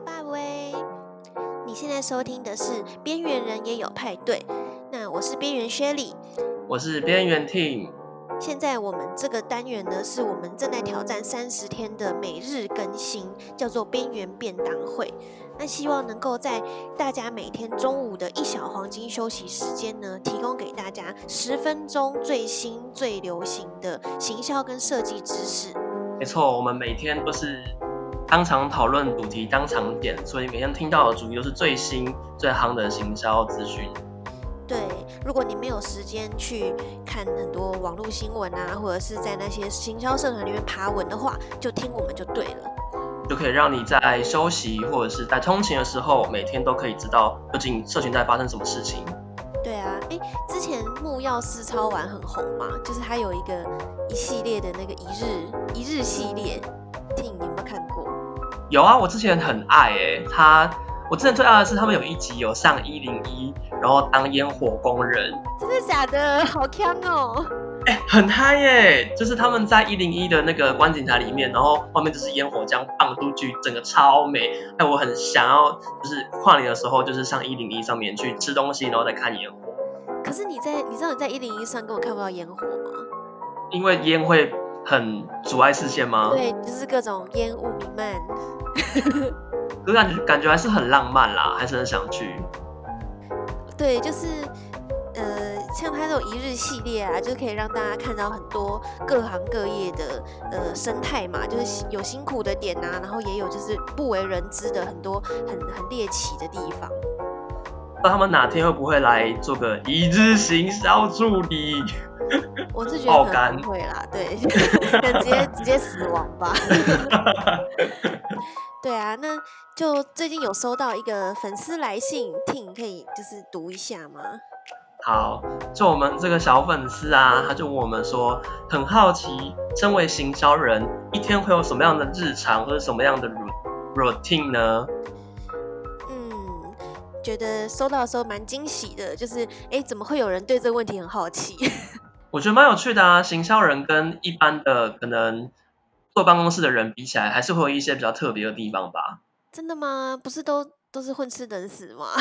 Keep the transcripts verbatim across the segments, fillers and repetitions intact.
爸喂，你现在收听的是《边缘人也有派对》，那我是边缘 Shelly， 我是边缘 Team。 现在我们这个单元呢，是我们正在挑战三十天的每日更新，叫做边缘便当会。那希望能够在大家每天中午的一小黄金休息时间呢，提供给大家十分钟最新最流行的行销跟设计知识。 没错，我们每天都是当场讨论主题，当场点，所以每天听到的主题都是最新最夯的行销资讯。 对，如果你没有时间去看很多网络新闻啊，或者是在那些行销社团里面爬文的话，就听我们就对了。 就可以让你在休息或者是在通勤的时候，每天都可以知道究竟社群在发生什么事情。 对啊，哎，之前木曜四超玩很红嘛，就是它有一个一系列的那个一日一日系列，听你有没有看过？ 有啊，我之前很爱诶、欸，他我之前最爱的是他们有一集有上一零一，然后当烟火工人。 真的假的？好强哦！ 哎、欸，很嗨耶、欸！就是他们在一零一的那个观景台里面，然后外面就是烟火这样放出去，整个超美。哎，我很想要，就是跨年的时候，就是上一零一上面去吃东西，然后再看烟火。 可是你在，你知道你在一零一上根本看不到烟火吗？ 因为烟会很阻碍视线吗？ 对，就是各种烟雾弥漫。 可是感觉感觉还是很浪漫啦，还是很想去。 对，就是。呃，像它这种一日系列啊，就可以让大家看到很多各行各业的呃生态嘛，就是有辛苦的点啊，然后也有就是不为人知的很多很很猎奇的地方。 那他们哪天会不会来做个一日行销助理？ 我是觉得可能不会啦，对，可能直接直接死亡吧。对啊，那就最近有收到一个粉丝来信，听可以就是读一下吗？ 好，就我们这个小粉丝啊，他就问我们说，很好奇，身为行销人，一天会有什么样的日常或者什么样的 routine 呢？ 嗯，觉得收到的时候蛮惊喜的，就是哎，怎么会有人对这个问题很好奇？ 我觉得蛮有趣的啊，行销人跟一般的可能坐办公室的人比起来，还是会有一些比较特别的地方吧。 真的吗？不是都都是混吃等死吗？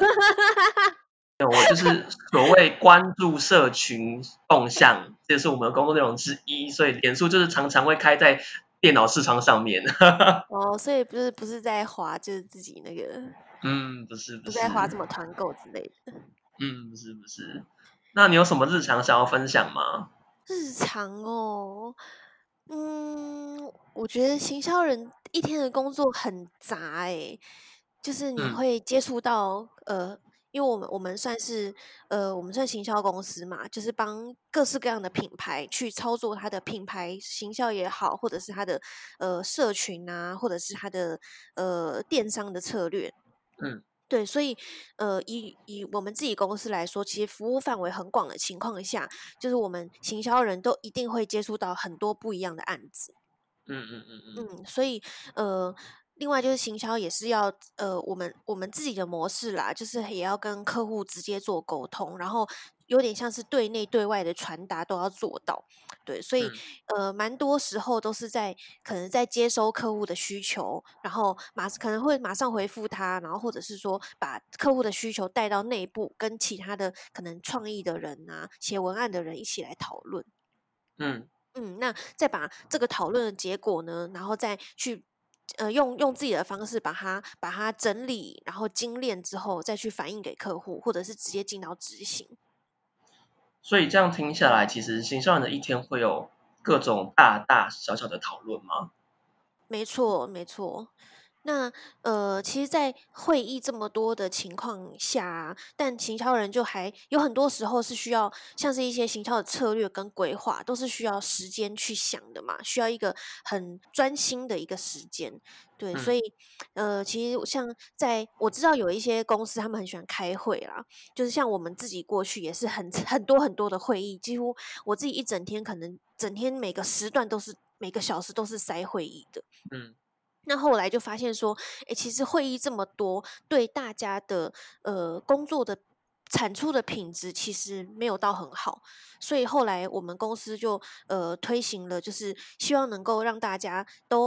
我就是所谓关注社群动向，这是我们的工作内容之一，所以脸书就是常常会开在电脑视窗上面。 哦，所以不是不是在滑，就是自己那个， 嗯，不是不是， 不是在滑什么团购之类的。 嗯，不是不是。那你有什么日常想要分享吗？ 日常哦，嗯，我觉得行销人一天的工作很杂哎，就是你嗯会接触到呃，因为我们我们算是呃，我们算行销公司嘛，就是帮各式各样的品牌去操作它的品牌行销也好，或者是它的呃社群啊，或者是它的呃电商的策略。 嗯对，所以，呃，以以我们自己公司来说，其实服务范围很广的情况下，就是我们行销人都一定会接触到很多不一样的案子。 嗯嗯嗯嗯， 嗯，所以，呃，另外就是行销也是要，呃，我们我们自己的模式啦，就是也要跟客户直接做沟通，然后有点像是对内对外的传达都要做到。对，所以，呃，蛮多时候都是在可能在接收客户的需求，然后马可能会马上回复他，然后或者是说把客户的需求带到内部，跟其他的可能创意的人啊、写文案的人一起来讨论。 嗯， 嗯，那再把这个讨论的结果呢，然后再去呃用用自己的方式把它把它整理，然后精炼之后再去反映给客户，或者是直接进到执行。 所以这样听下来，其实行销人的一天会有各种大大小小的讨论吗？ 没错，没错。那呃，其实，在会议这么多的情况下啊，但行销人就还有很多时候是需要，像是一些行销的策略跟规划，都是需要时间去想的嘛，需要一个很专心的一个时间。对，所嗯以呃，其实像在我知道有一些公司，他们很喜欢开会啦，就是像我们自己过去也是很很多很多的会议，几乎我自己一整天可能整天每个时段都是每个小时都是塞会议的。 嗯。 那后来就发现说，诶，其实会议这么多，对大家的呃工作的产出的品质其实没有到很好，所以后来我们公司就呃推行了，就是希望能够让大家都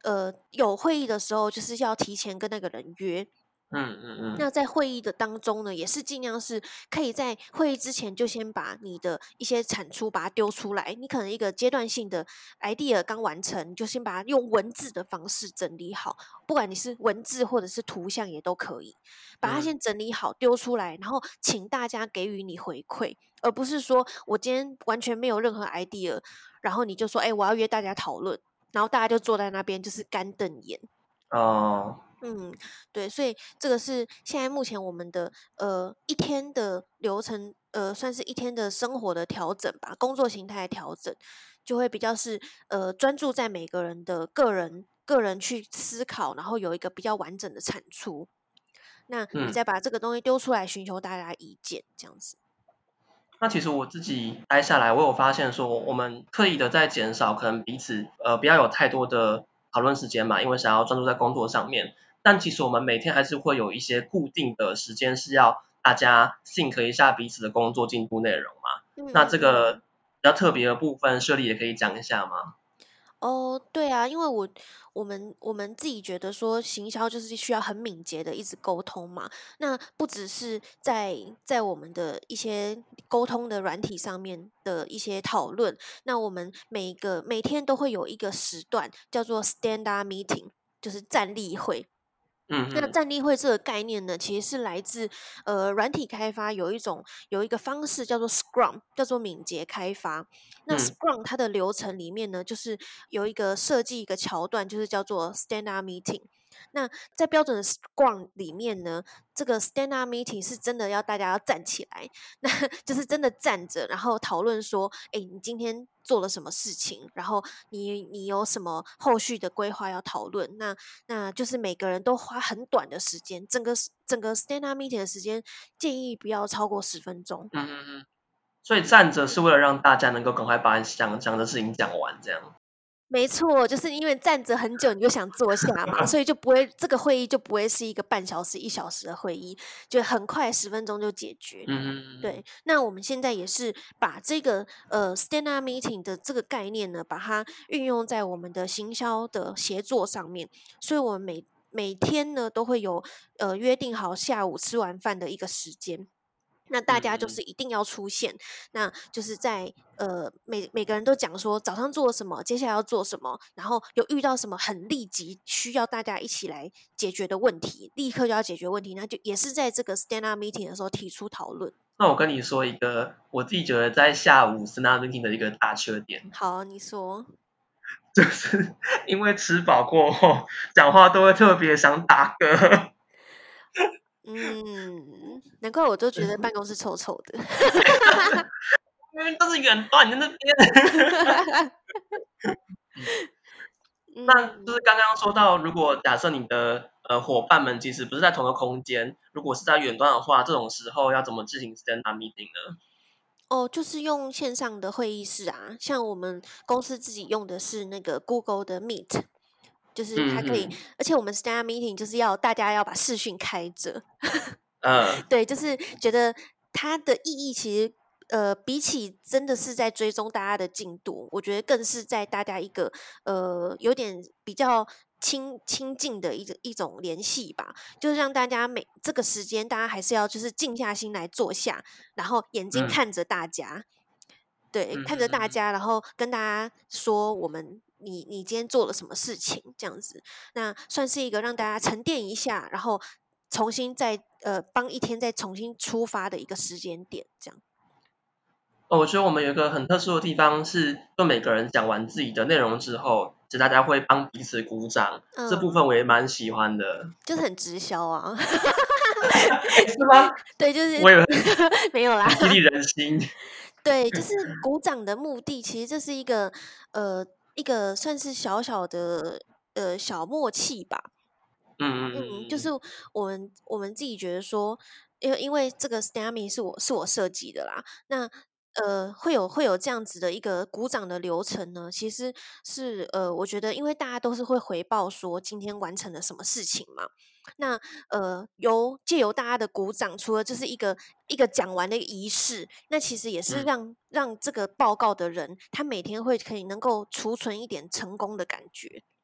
呃有会议的时候，就是要提前跟那个人约。 嗯嗯嗯。 那在会议的当中呢，也是尽量是可以在会议之前就先把你的一些产出把它丢出来。你可能一个阶段性的 idea 刚完成，你就先把它用文字的方式整理好，不管你是文字或者是图像也都可以，把它先整理好丢出来，然后请大家给予你回馈，而不是说我今天完全没有任何 idea，然后你就说，哎、我要约大家讨论，然后大家就坐在那边就是干瞪眼。 哦。 嗯，对，所以这个是现在目前我们的呃一天的流程，呃，算是一天的生活的调整吧，工作形态的调整，就会比较是呃专注在每个人的个人个人去思考，然后有一个比较完整的产出。那你嗯。 再把这个东西丢出来，寻求大家意见，这样子。 那其实我自己待下来，我有发现说，我们刻意的在减少可能彼此呃不要有太多的讨论时间嘛，因为想要专注在工作上面。但其实我们每天还是会有一些固定的时间是要大家 sync 一下彼此的工作进度内容嘛。 嗯那嗯嗯。 这个比较特别的部分，设立也可以讲一下吗？ 哦，对啊，因为我我们我们自己觉得说，行销就是需要很敏捷的一直沟通嘛。那不只是在在我们的一些沟通的软体上面的一些讨论，那我们每一个每天都会有一个时段叫做 stand up meeting，就是站立会。那嗯嗯站立会这个概念呢，其实是来自呃软体开发有一种有一个方式叫做 Scrum，叫做敏捷开发。那嗯 Scrum 它的流程里面呢，就是有一个设计一个桥段，就是叫做 Stand Up Meeting。那在标准的 Scrum 里面呢，这个 Stand Up Meeting 是真的要大家要站起来，那就是真的站着，然后讨论说，哎，你今天做了什么事情，然后你你有什么后续的规划要讨论？那那就是每个人都花很短的时间，整个整个 stand up meeting 的时间建议不要超过十分钟。 嗯嗯嗯。所以站着是为了让大家能够赶快把想讲的事情讲完，这样。 没错，就是因为站着很久，你就想坐下嘛，所以就不会这个会议就不会是一个半小时、一小时的会议，就很快十分钟就解决。 嗯嗯嗯。 对，那我们现在也是把这个呃 stand up meeting 的这个概念呢，把它运用在我们的行销的协作上面，所以我们每每天呢都会有呃约定好下午吃完饭的一个时间。那大家就嗯嗯。 是一定要出现，那就是在呃每每个人都讲说早上做了什么，接下来要做什么，然后有遇到什么很立即需要大家一起来解决的问题，立刻就要解决问题，那就也是在这个 stand up meeting 的时候提出讨论。 那我跟你说一个我自己觉得在下午 stand up meeting 的一个大缺点， 好，你说。 就是因为吃饱过后讲话都会特别想打嗝。 嗯，难怪我都觉得办公室臭臭的。 因为都是远端，你在那边。那就嗯。 是刚刚说到，如果假设你的呃伙伴们其实不是在同一个空间，如果是在远端的话，这种时候要怎么进行 stand up meeting 呢？ 哦，就是用线上的会议室啊，像我们公司自己用的是那个 Google 的 Meet，就是它可以， 嗯嗯。 而且我们 stand up meeting 就是要大家要把视讯开着。 呃。 对，就是觉得它的意义其实，呃，比起真的是在追踪大家的进度，我觉得更是在大家一个呃有点比较亲亲近的一个一种联系吧，就是让大家每这个时间，大家还是要就是静下心来坐下，然后眼睛嗯看着大家，对，看着嗯嗯嗯。 大家，然后跟大家说我们。你你今天做了什么事情？这样子，那算是一个让大家沉淀一下，然后重新再呃帮一天再重新出发的一个时间点，这样。 哦，我觉得我们有一个很特殊的地方是，就每个人讲完自己的内容之后，其实大家会帮彼此鼓掌，这部嗯， 分我也蛮喜欢的。 就是很直销啊。 是吗？ 对，就是我以为没有啦。 很激励人心。 对，就是鼓掌的目的，其实这是一个呃一个算是小小的呃小默契吧。 嗯嗯嗯嗯，就是嗯。 我们我们自己觉得说，因为因为这个 stand up meeting 是我是我设计的啦，那呃会有会有这样子的一个鼓掌的流程呢，其实是呃我觉得，因为大家都是会回报说今天完成了什么事情嘛，那呃由借由大家的鼓掌，除了这是一个一个讲完的一个仪式，那其实也是嗯。 让让这个报告的人他每天会可以能够储存一点成功的感觉。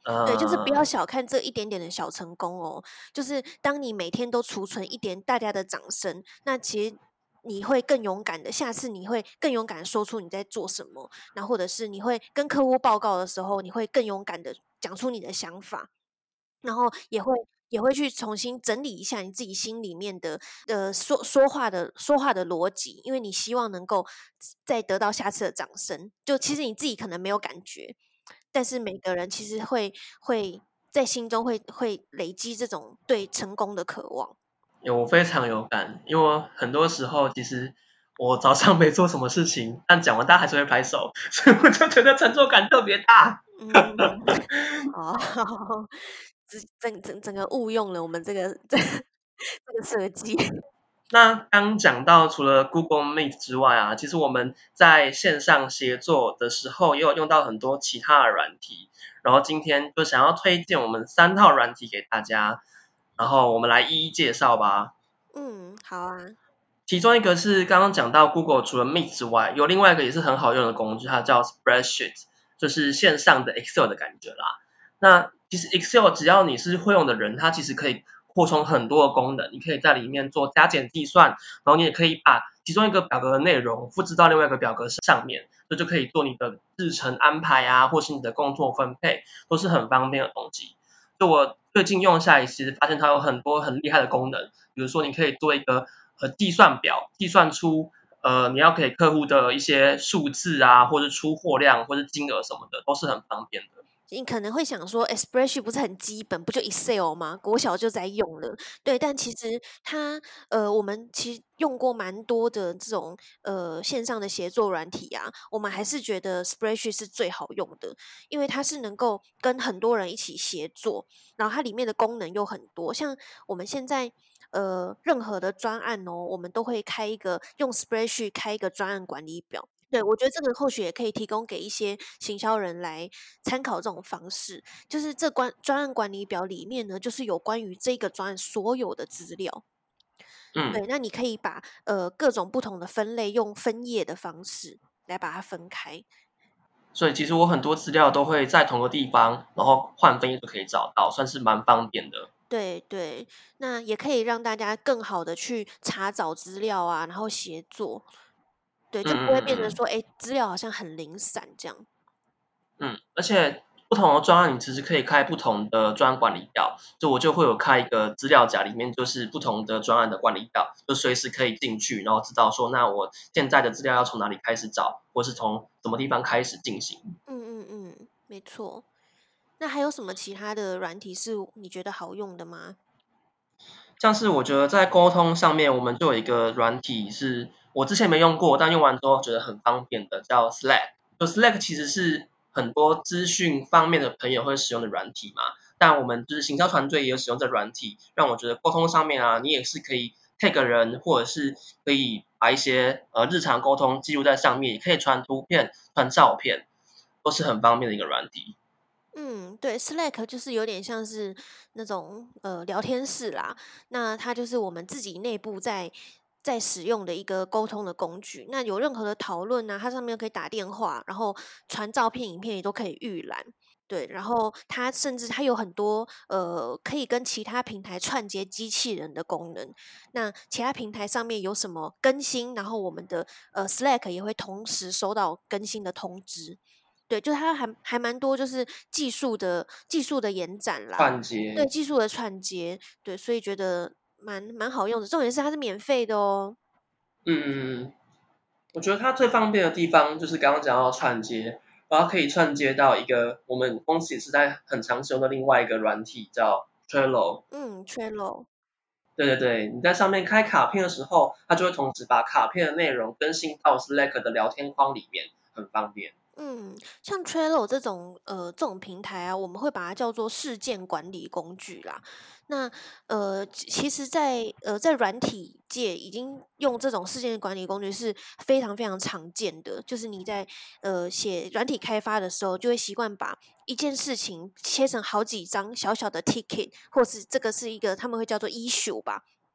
对，就是不要呃， 小看这一点点的小成功哦。就是当你每天都储存一点大家的掌声，那其实你会更勇敢的，下次你会更勇敢的说出你在做什么，然后或者是你会跟客户报告的时候，你会更勇敢的讲出你的想法，然后也会也会去重新整理一下你自己心里面的呃说说话的说话的逻辑，因为你希望能够再得到下次的掌声。就其实你自己可能没有感觉，但是每个人其实会会在心中会会累积这种对成功的渴望。 有我非常有感，因为我很多时候其实我早上没做什么事情，但讲完大家还是会拍手，所以我就觉得成就感特别大。 嗯，哦，整整整整个误用了我们这个这这个设计。 那刚讲到除了 Google Meet 之外啊，其实我们在线上协作的时候也有用到很多其他的软体，然后今天就想要推荐我们三套软体给大家，然后我们来一一介绍吧。 嗯，好啊。 其中一个是刚刚讲到 Google 除了 Meet 之外，有另外一个也是很好用的工具，它叫 Spreadsheet，就是线上的 Excel 的感觉啦。那其实 Excel 只要你是会用的人，它其实可以扩充很多的功能，你可以在里面做加减计算，然后你也可以把其中一个表格的内容复制到另外一个表格上面，这就可以做你的日程安排啊，或是你的工作分配，都是很方便的东西。就我最近用下来，其实发现它有很多很厉害的功能，比如说你可以做一个呃计算表，计算出呃你要给客户的一些数字啊，或者出货量或者金额什么的，都是很方便的。 你可能会想说 e x p r e s s i o n 不是很基本，不就 Excel 吗？国小就在用了。对，但其实它呃，我们其实用过蛮多的这种呃线上的协作软体啊，我们还是觉得 Spreadsheet 是最好用的，因为它是能够跟很多人一起协作，然后它里面的功能又很多，像我们现在。呃，任何的专案哦，我们都会开一个用 Spreadsheet 开一个专案管理表。对，我觉得这个或许也可以提供给一些行销人来参考这种方式。就是这关专案管理表里面呢，就是有关于这个专案所有的资料。 嗯， 对，那你可以把呃各种不同的分类用分页的方式来把它分开。 所以其实我很多资料都会在同个地方，然后换分页就可以找到，算是蛮方便的。 对对，那也可以让大家更好的去查找资料啊，然后协作。对， 嗯就不会嗯嗯嗯。 变成说，哎，资料好像很零散这样。 嗯，而且不同的专案，你其实可以开不同的专案管理表，就我就会有开一个资料夹，里面就是不同的专案的管理表，就随时可以进去，然后知道说，那我现在的资料要从哪里开始找，或是从什么地方开始进行。 嗯嗯嗯，没错。那还有什么其他的软体是你觉得好用的吗？ 像是我觉得在沟通上面，我们就有一个软体是我之前没用过，但用完之后觉得很方便的，叫 Slack。就 Slack 其实是很多资讯方面的朋友会使用的软体嘛，但我们就是行销团队也有使用这软体，让我觉得沟通上面啊，你也是可以 tag 人，或者是可以把一些呃日常沟通记录在上面，也可以传图片、传照片，都是很方便的一个软体。 嗯，对，Slack 就是有点像是那种呃聊天室啦，那它就是我们自己内部在在使用的一个沟通的工具。那有任何的讨论呢，它上面可以打电话，然后传照片、影片也都可以预览。对，然后它甚至它有很多呃可以跟其他平台串接机器人的功能。那其他平台上面有什么更新，然后我们的呃 Slack 也会同时收到更新的通知。对，就是它还还蛮多，就是技术的技术的延展啦，对， 串接， 技术的串接，对，所以觉得蛮蛮好用的。重点是它是免费的哦。 嗯嗯嗯。我觉得它最方便的地方就是刚刚讲到串接，然后可以串接到一个我们公司也是在很常使用的另外一个软体叫 Trello。 嗯，Trello。 对对对，你在上面开卡片的时候，它就会同时把卡片的内容更新到 Slack 的聊天框里面，很方便。 嗯，像 Trello 这种呃这种平台啊，我们会把它叫做事件管理工具啦。那呃，其其实在，呃在软体界已经用这种事件管理工具是非常非常常见的。就是你在呃写软体开发的时候，就会习惯把一件事情切成好几张小小的 ticket，或是这个是一个他们会叫做 issue 吧。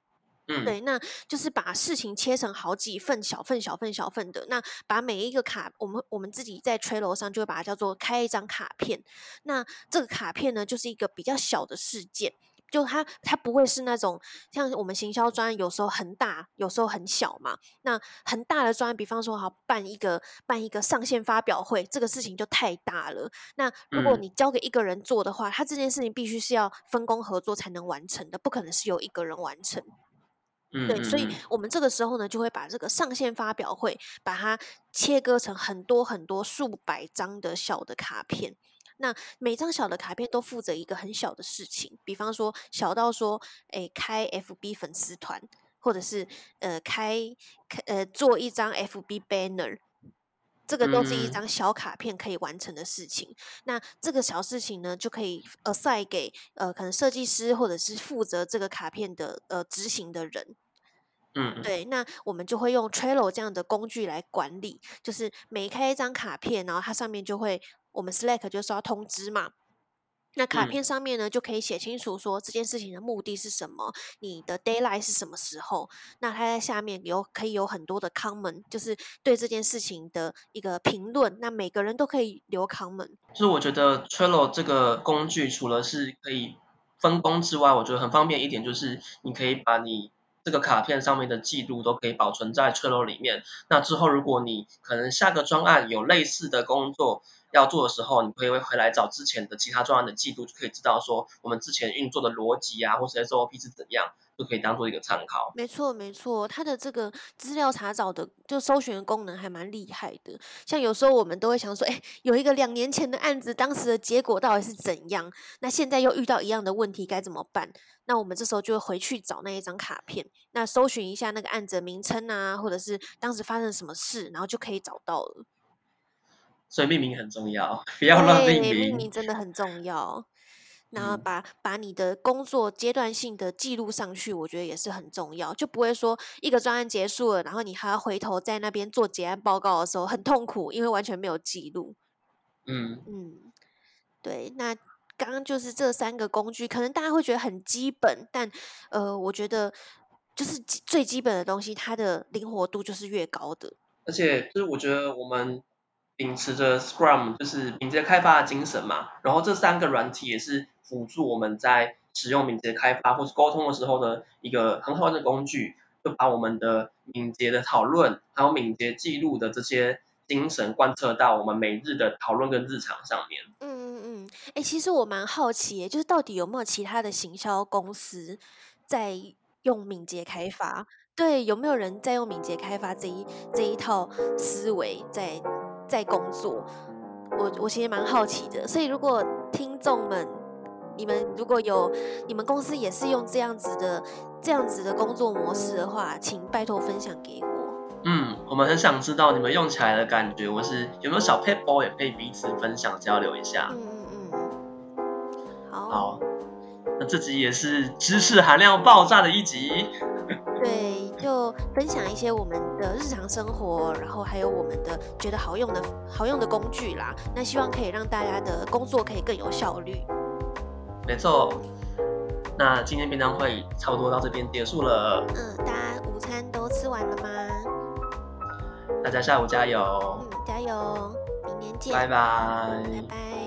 嗯对，那就是把事情切成好几份小份、小份、小份的。那把每一个卡，我们我们自己在 Trello 上就会把它叫做开一张卡片。那这个卡片呢，就是一个比较小的事件。就它，它不会是那种像我们行销专案有时候很大，有时候很小嘛。那很大的专案，比方说好办一个办一个上线发表会，这个事情就太大了。那如果嗯你交给一个人做的话，他这件事情必须是要分工合作才能完成的，不可能是由一个人完成。对，所以嗯嗯嗯我们这个时候呢，就会把这个上线发表会，把它切割成很多很多数百张的小的卡片。那每张小的卡片都负责一个很小的事情，比方说小到说，诶，开 F B 粉丝团，或者是呃开开呃做一张 F B banner，这个都是一嗯张小卡片可以完成的事情。那这个小事情呢，就可以 assign 给呃可能设计师或者是负责这个卡片的呃执行的人。 嗯嗯对，那我们就会用 Trello 这样的工具来管理，就是每开一张卡片，然后它上面就会，我们 Slack 就收到通知嘛。那卡嗯， 片上面呢，就可以写清楚说这件事情的目的是什么，你的 deadline 是什么时候。那它在下面有可以有很多的 comment，就是对这件事情的一个评论。那每个人都可以留 comment。 就是我觉得 Trello 这个工具除了是可以分工之外，我觉得很方便一点就是你可以把你这个卡片上面的记录都可以保存在 Trello 里面。那之后如果你可能下个专案有类似的工作要做的时候，你可以回来找之前的其他专案的记录，就可以知道说我们之前运作的逻辑啊，或是 S O P 是怎样，就可以当做一个参考。 没错，没错，它的这个资料查找的就搜寻的功能还蛮厉害的。像有时候我们都会想说，哎，有一个两年前的案子，当时的结果到底是怎样？那现在又遇到一样的问题，该怎么办？那我们这时候就会回去找那一张卡片，那搜寻一下那个案子的名称啊，或者是当时发生什么事，然后就可以找到了。 所以命名很重要，不要乱命对，命名。 名真的很重要。然后嗯把把你的工作阶段性的记录上去，我觉得也是很重要，就不会说一个专案结束了，然后你还要回头在那边做结案报告的时候很痛苦，因为完全没有记录。 嗯， 嗯，对。那刚刚就是这三个工具，可能大家会觉得很基本，但呃，我觉得就是基最基本的东西，它的灵活度就是越高的。 而且就是我觉得我们秉持着 Scrum 就是敏捷开发的精神嘛，然后这三个软体也是辅助我们在使用敏捷开发或是沟通的时候的一个很好的工具，就把我们的敏捷的讨论还有敏捷记录的这些精神贯彻到我们每日的讨论跟日常上面。 嗯嗯嗯，哎、其实我蛮好奇耶，就是到底有没有其他的行销公司在用敏捷开发？对，有没有人在用敏捷开发这一这一套思维在在工作？我我其实蛮好奇的，所以如果听众们，你们如果有你们公司也是用这样子的这样子的工作模式的话，请拜托分享给我。 嗯，我们很想知道你们用起来的感觉，或是有没有小 paper 也可以彼此分享交流一下。 嗯嗯嗯，好。 好，那这集也是知识含量爆炸的一集。 对，就分享一些我们的日常生活，然后还有我们的觉得好用的好用的工具啦。那希望可以让大家的工作可以更有效率。 没错，那今天便当会差不多到这边结束了， 嗯，大家午餐都吃完了吗？ 大家下午加油， 嗯，加油，明年见， 拜拜。 拜拜。